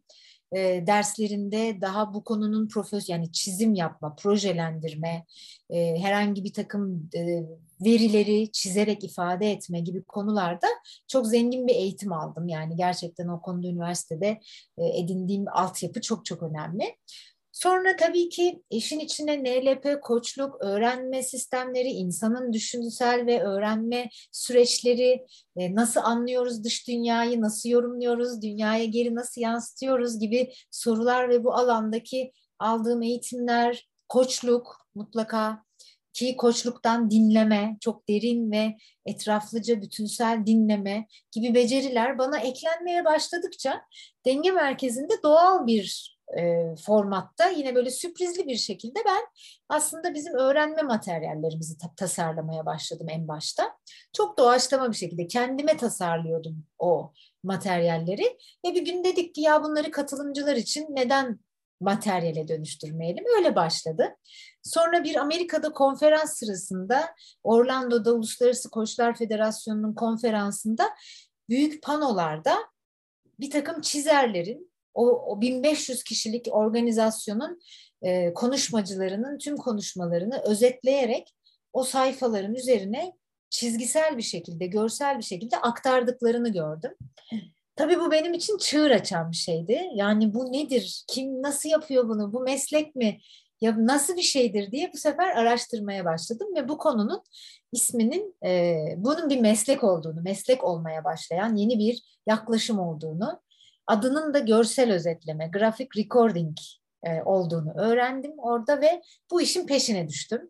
derslerinde daha bu konunun yani çizim yapma, projelendirme, herhangi bir takım verileri çizerek ifade etme gibi konularda çok zengin bir eğitim aldım. Yani gerçekten o konuda üniversitede edindiğim altyapı çok çok önemli. Sonra tabii ki işin içine NLP, koçluk, öğrenme sistemleri, insanın düşünsel ve öğrenme süreçleri, nasıl anlıyoruz dış dünyayı, nasıl yorumluyoruz, dünyaya geri nasıl yansıtıyoruz gibi sorular ve bu alandaki aldığım eğitimler, koçluk mutlaka, ki koçluktan dinleme, çok derin ve etraflıca bütünsel dinleme gibi beceriler bana eklenmeye başladıkça denge merkezinde doğal bir formatta, yine böyle sürprizli bir şekilde ben aslında bizim öğrenme materyallerimizi tasarlamaya başladım en başta. Çok doğaçlama bir şekilde kendime tasarlıyordum o materyalleri ve bir gün dedik ki ya bunları katılımcılar için neden materyale dönüştürmeyelim? Öyle başladı. Sonra bir Amerika'da konferans sırasında, Orlando'da Uluslararası Koçlar Federasyonu'nun konferansında büyük panolarda bir takım çizerlerin, o 1500 kişilik organizasyonun konuşmacılarının tüm konuşmalarını özetleyerek o sayfaların üzerine çizgisel bir şekilde, görsel bir şekilde aktardıklarını gördüm. Tabii bu benim için çığır açan bir şeydi. Yani bu nedir? Kim nasıl yapıyor bunu? Bu meslek mi? Ya nasıl bir şeydir diye bu sefer araştırmaya başladım ve bu konunun isminin bunun bir meslek olduğunu, meslek olmaya başlayan yeni bir yaklaşım olduğunu, adının da görsel özetleme, grafik recording olduğunu öğrendim orada ve bu işin peşine düştüm.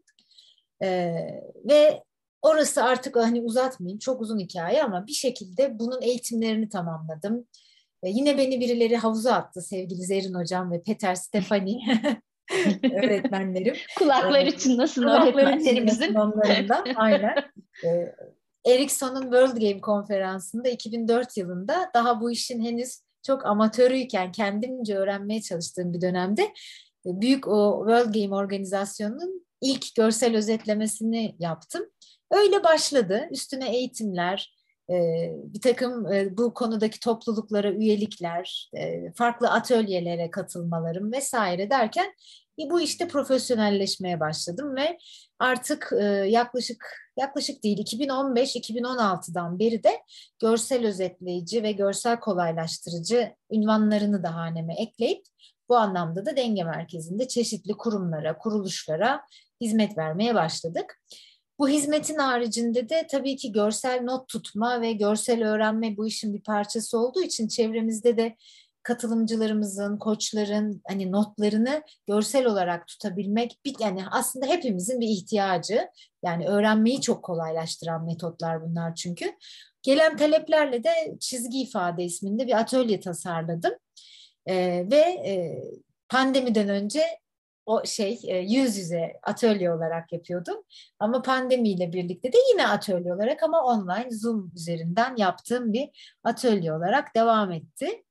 Ve orası artık, hani uzatmayayım, çok uzun hikaye ama bir şekilde bunun eğitimlerini tamamladım. Yine beni birileri havuza attı, sevgili Zerrin Hocam ve Peter Stefani öğretmenlerim. Kulaklar çınlasın Kulakları çınlasın öğretmenlerimizin. onların da, aynen. Ericsson'un World Game konferansında 2004 yılında, daha bu işin henüz çok amatörüyken, kendimce öğrenmeye çalıştığım bir dönemde, büyük o World Game organizasyonunun ilk görsel özetlemesini yaptım. Öyle başladı. Üstüne eğitimler, bir takım bu konudaki topluluklara üyelikler, farklı atölyelere katılmalarım vesaire derken bu işte profesyonelleşmeye başladım ve artık yaklaşık değil, 2015-2016'dan beri de görsel özetleyici ve görsel kolaylaştırıcı ünvanlarını da haneme ekleyip bu anlamda da denge merkezinde çeşitli kurumlara, kuruluşlara hizmet vermeye başladık. Bu hizmetin haricinde de tabii ki görsel not tutma ve görsel öğrenme bu işin bir parçası olduğu için çevremizde de katılımcılarımızın, koçların hani notlarını görsel olarak tutabilmek, yani aslında hepimizin bir ihtiyacı. Yani öğrenmeyi çok kolaylaştıran metotlar bunlar çünkü. Gelen taleplerle de çizgi ifade isminde bir atölye tasarladım. Ve pandemiden önce yüz yüze atölye olarak yapıyordum. Ama pandemiyle birlikte de yine atölye olarak ama online Zoom üzerinden yaptığım bir atölye olarak devam etti.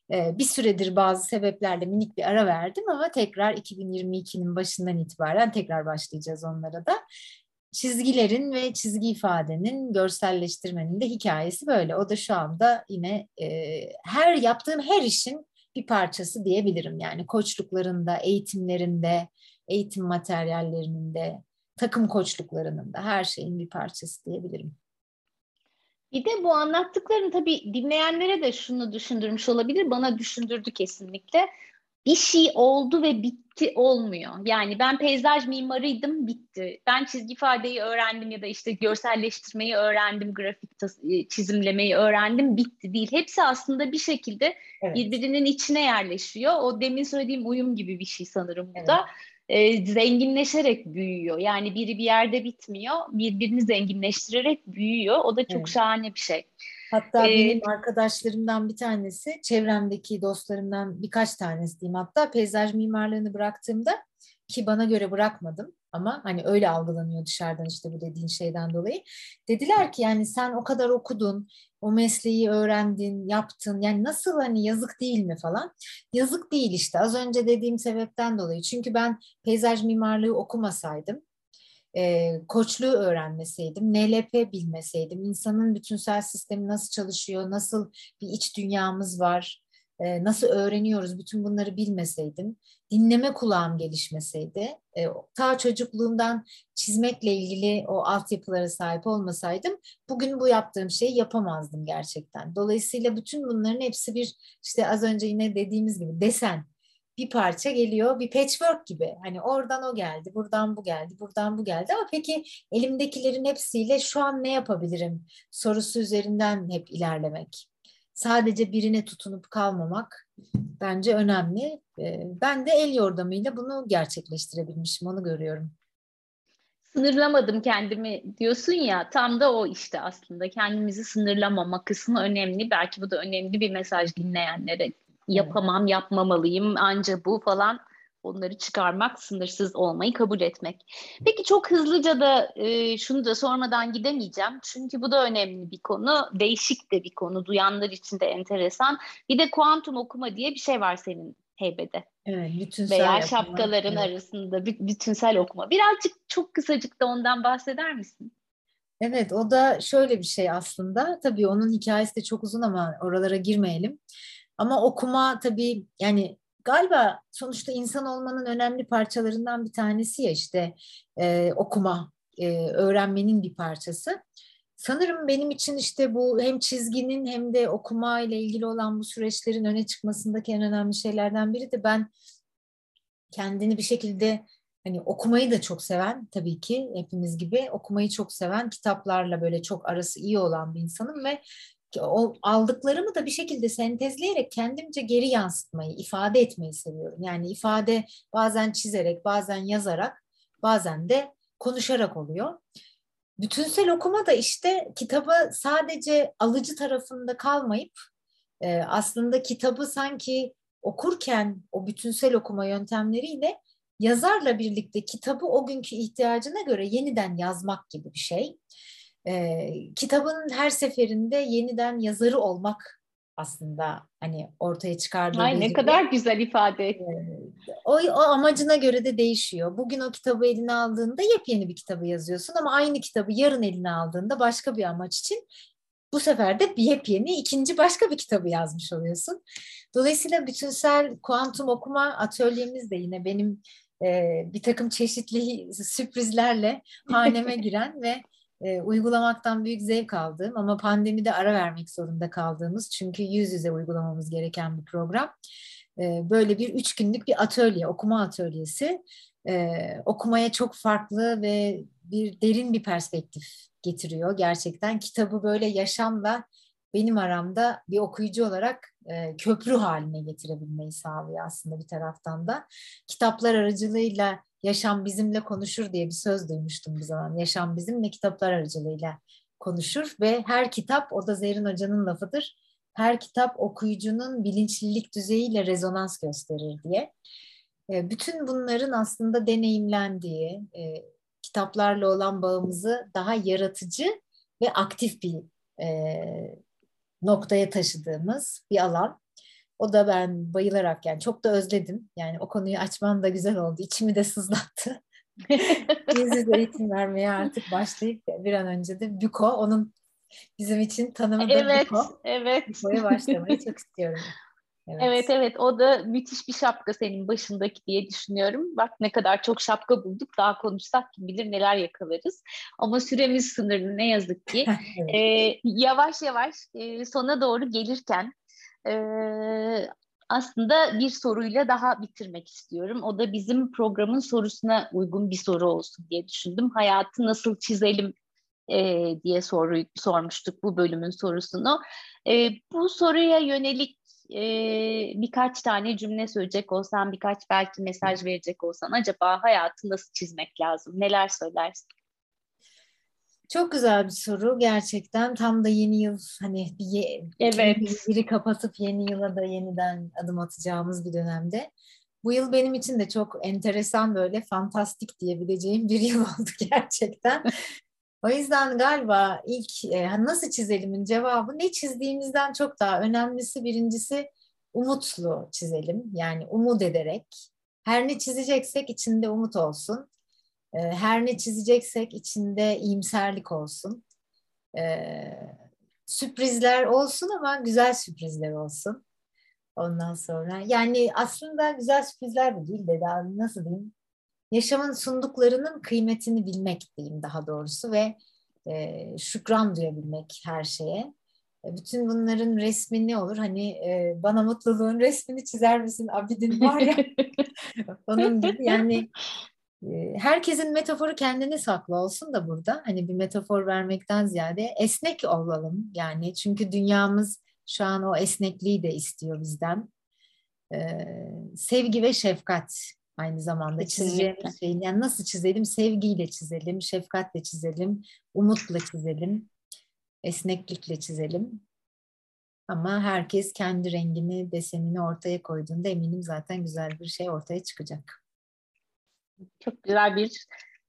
Bir süredir bazı sebeplerle minik bir ara verdim ama tekrar 2022'nin başından itibaren tekrar başlayacağız onlara da. Çizgilerin ve çizgi ifadenin, görselleştirmenin de hikayesi böyle. O da şu anda yine her yaptığım her işin bir parçası diyebilirim. Yani koçluklarında, eğitimlerinde, eğitim materyallerinin de, takım koçluklarının da her şeyin bir parçası diyebilirim. Bir de bu anlattıkların tabii dinleyenlere de şunu düşündürmüş olabilir. Bana düşündürdü kesinlikle. Bir şey oldu ve bitti olmuyor. Yani ben peyzaj mimarıydım, bitti. Ben çizgi ifadeyi öğrendim ya da işte görselleştirmeyi öğrendim, çizimlemeyi öğrendim, bitti değil. Hepsi aslında bir şekilde Evet, birbirinin içine yerleşiyor. O demin söylediğim uyum gibi bir şey sanırım bu evet. da. Zenginleşerek büyüyor. Yani biri bir yerde bitmiyor, birbirini zenginleştirerek büyüyor. O da çok Evet. şahane bir şey. Hatta E, benim arkadaşlarımdan bir tanesi, çevremdeki dostlarımdan birkaç tanesi diyeyim. Hatta peyzaj mimarlığını bıraktığımda, ki bana göre bırakmadım ama hani öyle algılanıyor dışarıdan işte bu dediğin şeyden dolayı. Dediler ki yani sen o kadar okudun, o mesleği öğrendin, yaptın. Yani nasıl, hani yazık değil mi falan. Yazık değil işte, az önce dediğim sebepten dolayı. Çünkü ben peyzaj mimarlığı okumasaydım, koçluğu öğrenmeseydim, NLP bilmeseydim, insanın bütünsel sistemi nasıl çalışıyor, nasıl bir iç dünyamız var, nasıl öğreniyoruz, bütün bunları bilmeseydim, dinleme kulağım gelişmeseydi, ta çocukluğumdan çizmekle ilgili o altyapılara sahip olmasaydım, bugün bu yaptığım şeyi yapamazdım gerçekten. Dolayısıyla bütün bunların hepsi bir, işte az önce yine dediğimiz gibi desen, bir parça geliyor, bir patchwork gibi. Hani oradan o geldi, buradan bu geldi, buradan bu geldi. Ama peki elimdekilerin hepsiyle şu an ne yapabilirim sorusu üzerinden hep ilerlemek. Sadece birine tutunup kalmamak bence önemli. Ben de el yordamıyla bunu gerçekleştirebilmişim, onu görüyorum. Sınırlamadım kendimi diyorsun ya, tam da o işte aslında kendimizi sınırlamama kısmı önemli. Belki bu da önemli bir mesaj dinleyenlere. Evet. Yapamam, yapmamalıyım, anca bu falan, onları çıkarmak, sınırsız olmayı kabul etmek. Peki çok hızlıca da şunu da sormadan gidemeyeceğim. Çünkü bu da önemli bir konu, değişik de bir konu, duyanlar için de enteresan. Bir de kuantum okuma diye bir şey var senin heybede Evet, veya bütünsel okuma. şapkaların Evet. arasında bütünsel okuma. Birazcık çok kısacık da ondan bahseder misin? Evet, o da şöyle bir şey aslında. Tabii onun hikayesi de çok uzun ama oralara girmeyelim. Ama okuma tabii, yani galiba sonuçta insan olmanın önemli parçalarından bir tanesi ya işte okuma, öğrenmenin bir parçası. Sanırım benim için işte bu hem çizginin hem de okuma ile ilgili olan bu süreçlerin öne çıkmasındaki en önemli şeylerden biri de ben kendini bir şekilde, hani okumayı da çok seven, tabii ki hepimiz gibi okumayı çok seven, kitaplarla böyle çok arası iyi olan bir insanım ve o aldıklarımı da bir şekilde sentezleyerek kendimce geri yansıtmayı, ifade etmeyi seviyorum. Yani ifade bazen çizerek, bazen yazarak, bazen de konuşarak oluyor. Bütünsel okuma da işte kitabı sadece alıcı tarafında kalmayıp aslında kitabı sanki okurken o bütünsel okuma yöntemleriyle yazarla birlikte kitabı o günkü ihtiyacına göre yeniden yazmak gibi bir şey. Kitabın her seferinde yeniden yazarı olmak aslında hani ortaya çıkardığı Ay ne beceri. kadar güzel ifade Ee, ettin. o amacına göre de değişiyor. Bugün o kitabı eline aldığında yepyeni bir kitabı yazıyorsun ama aynı kitabı yarın eline aldığında başka bir amaç için bu sefer de bir yepyeni ikinci başka bir kitabı yazmış oluyorsun. Dolayısıyla bütünsel kuantum okuma atölyemiz de yine benim bir takım çeşitli sürprizlerle haneme giren ve uygulamaktan büyük zevk aldığım ama pandemide ara vermek zorunda kaldığımız, çünkü yüz yüze uygulamamız gereken bir program. Böyle bir 3 günlük bir atölye, okuma atölyesi. Okumaya çok farklı ve bir derin bir perspektif getiriyor gerçekten. Kitabı böyle yaşamla benim aramda bir okuyucu olarak köprü haline getirebilmeyi sağlıyor aslında bir taraftan da. Kitaplar aracılığıyla yaşam bizimle konuşur diye bir söz duymuştum bir zaman. Yaşam bizimle kitaplar aracılığıyla konuşur ve her kitap, o da Zerrin Hoca'nın lafıdır, her kitap okuyucunun bilinçlilik düzeyiyle rezonans gösterir diye. Bütün bunların aslında deneyimlendiği, kitaplarla olan bağımızı daha yaratıcı ve aktif bir noktaya taşıdığımız bir alan. O da ben bayılarak yani çok da özledim. Yani o konuyu açman da güzel oldu. İçimi de sızlattı. Yüz yüze eğitim vermeye artık başlayıp bir an önce de Büko, onun bizim için tanımı da Evet, Büko. evet. Büko'ya başlamayı çok istiyorum. Evet, Evet. evet, o da müthiş bir şapka senin başındaki diye düşünüyorum. Bak ne kadar çok şapka bulduk. Daha konuşsak kim bilir neler yakalarız. Ama süremiz sınırlı ne yazık ki. Evet. Yavaş yavaş sona doğru gelirken e, aslında bir soruyla daha bitirmek istiyorum. O da bizim programın sorusuna uygun bir soru olsun diye düşündüm. Hayatı nasıl çizelim diye sormuştuk bu bölümün sorusunu. Bu soruya yönelik birkaç tane cümle söyleyecek olsan, birkaç belki mesaj verecek olsan acaba hayatı nasıl çizmek lazım? Neler söylersin? Çok güzel bir soru gerçekten. Tam da yeni yıl, hani Evet. biri kapatıp yeni yıla da yeniden adım atacağımız bir dönemde. Bu yıl benim için de çok enteresan, böyle fantastik diyebileceğim bir yıl oldu gerçekten. O yüzden galiba ilk nasıl çizelimin cevabı, ne çizdiğimizden çok daha önemlisi, birincisi umutlu çizelim. Yani umut ederek. Her ne çizeceksek içinde umut olsun. Her ne çizeceksek içinde iyimserlik olsun. Sürprizler olsun ama güzel sürprizler olsun. Ondan sonra yani aslında güzel sürprizler de değil de, daha nasıl diyeyim? Yaşamın sunduklarının kıymetini bilmek diyeyim daha doğrusu ve şükran duyabilmek her şeye. Bütün bunların resmi ne olur? Hani bana mutluluğun resmini çizer misin Abidin var ya, onun gibi yani. Herkesin metaforu kendine saklı olsun da burada. Hani bir metafor vermekten ziyade esnek olalım. Yani çünkü dünyamız şu an o esnekliği de istiyor bizden. Sevgi ve şefkat aynı zamanda Kesinlikle. çizeceğimiz şeyin. Yani nasıl çizelim? Sevgiyle çizelim, şefkatle çizelim, umutla çizelim, esneklikle çizelim. Ama herkes kendi rengini, desenini ortaya koyduğunda eminim zaten güzel bir şey ortaya çıkacak. Çok güzel bir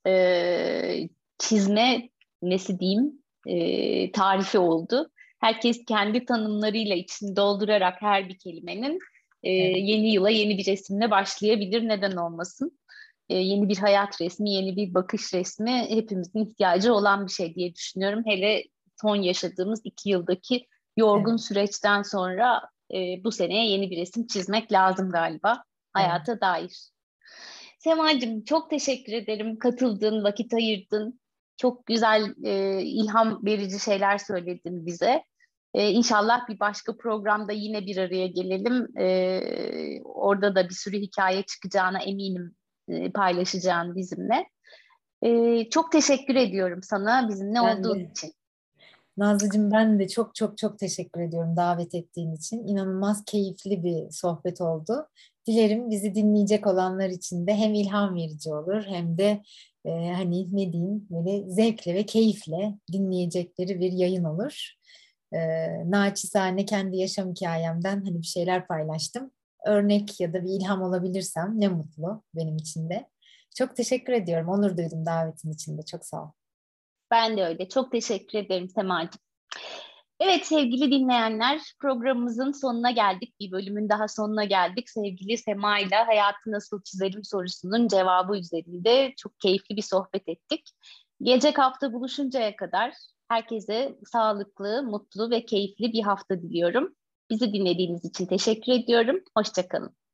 çizme nesi diyeyim tarifi oldu. Herkes kendi tanımlarıyla içini doldurarak her bir kelimenin Evet. yeni yıla yeni bir resimle başlayabilir. Neden olmasın? Yeni bir hayat resmi, yeni bir bakış resmi hepimizin ihtiyacı olan bir şey diye düşünüyorum. Hele son yaşadığımız 2 yıldaki yorgun Evet. süreçten sonra bu seneye yeni bir resim çizmek lazım galiba Evet. hayata dair. Semacığım çok teşekkür ederim. Katıldın, vakit ayırdın. Çok güzel, ilham verici şeyler söyledin bize. İnşallah bir başka programda yine bir araya gelelim. Orada da bir sürü hikaye çıkacağına eminim, paylaşacağın bizimle. Çok teşekkür ediyorum sana bizimle Ben olduğun de. için. Nazlıcığım, ben de çok çok çok teşekkür ediyorum davet ettiğin için. İnanılmaz keyifli bir sohbet oldu. Dilerim bizi dinleyecek olanlar için de hem ilham verici olur hem de hani ne diyeyim, böyle zevkle ve keyifle dinleyecekleri bir yayın olur. Naçizane kendi yaşam hikayemden hani bir şeyler paylaştım. Örnek ya da bir ilham olabilirsem ne mutlu benim için de. Çok teşekkür ediyorum. Onur duydum davetin için de. Çok sağ ol. Ben de öyle. Çok teşekkür ederim Semacığım. Evet sevgili dinleyenler, programımızın sonuna geldik. Bir bölümün daha sonuna geldik. Sevgili Sema ile hayatı nasıl çizelim sorusunun cevabı üzerinde çok keyifli bir sohbet ettik. Gelecek hafta buluşuncaya kadar herkese sağlıklı, mutlu ve keyifli bir hafta diliyorum. Bizi dinlediğiniz için teşekkür ediyorum. Hoşça kalın.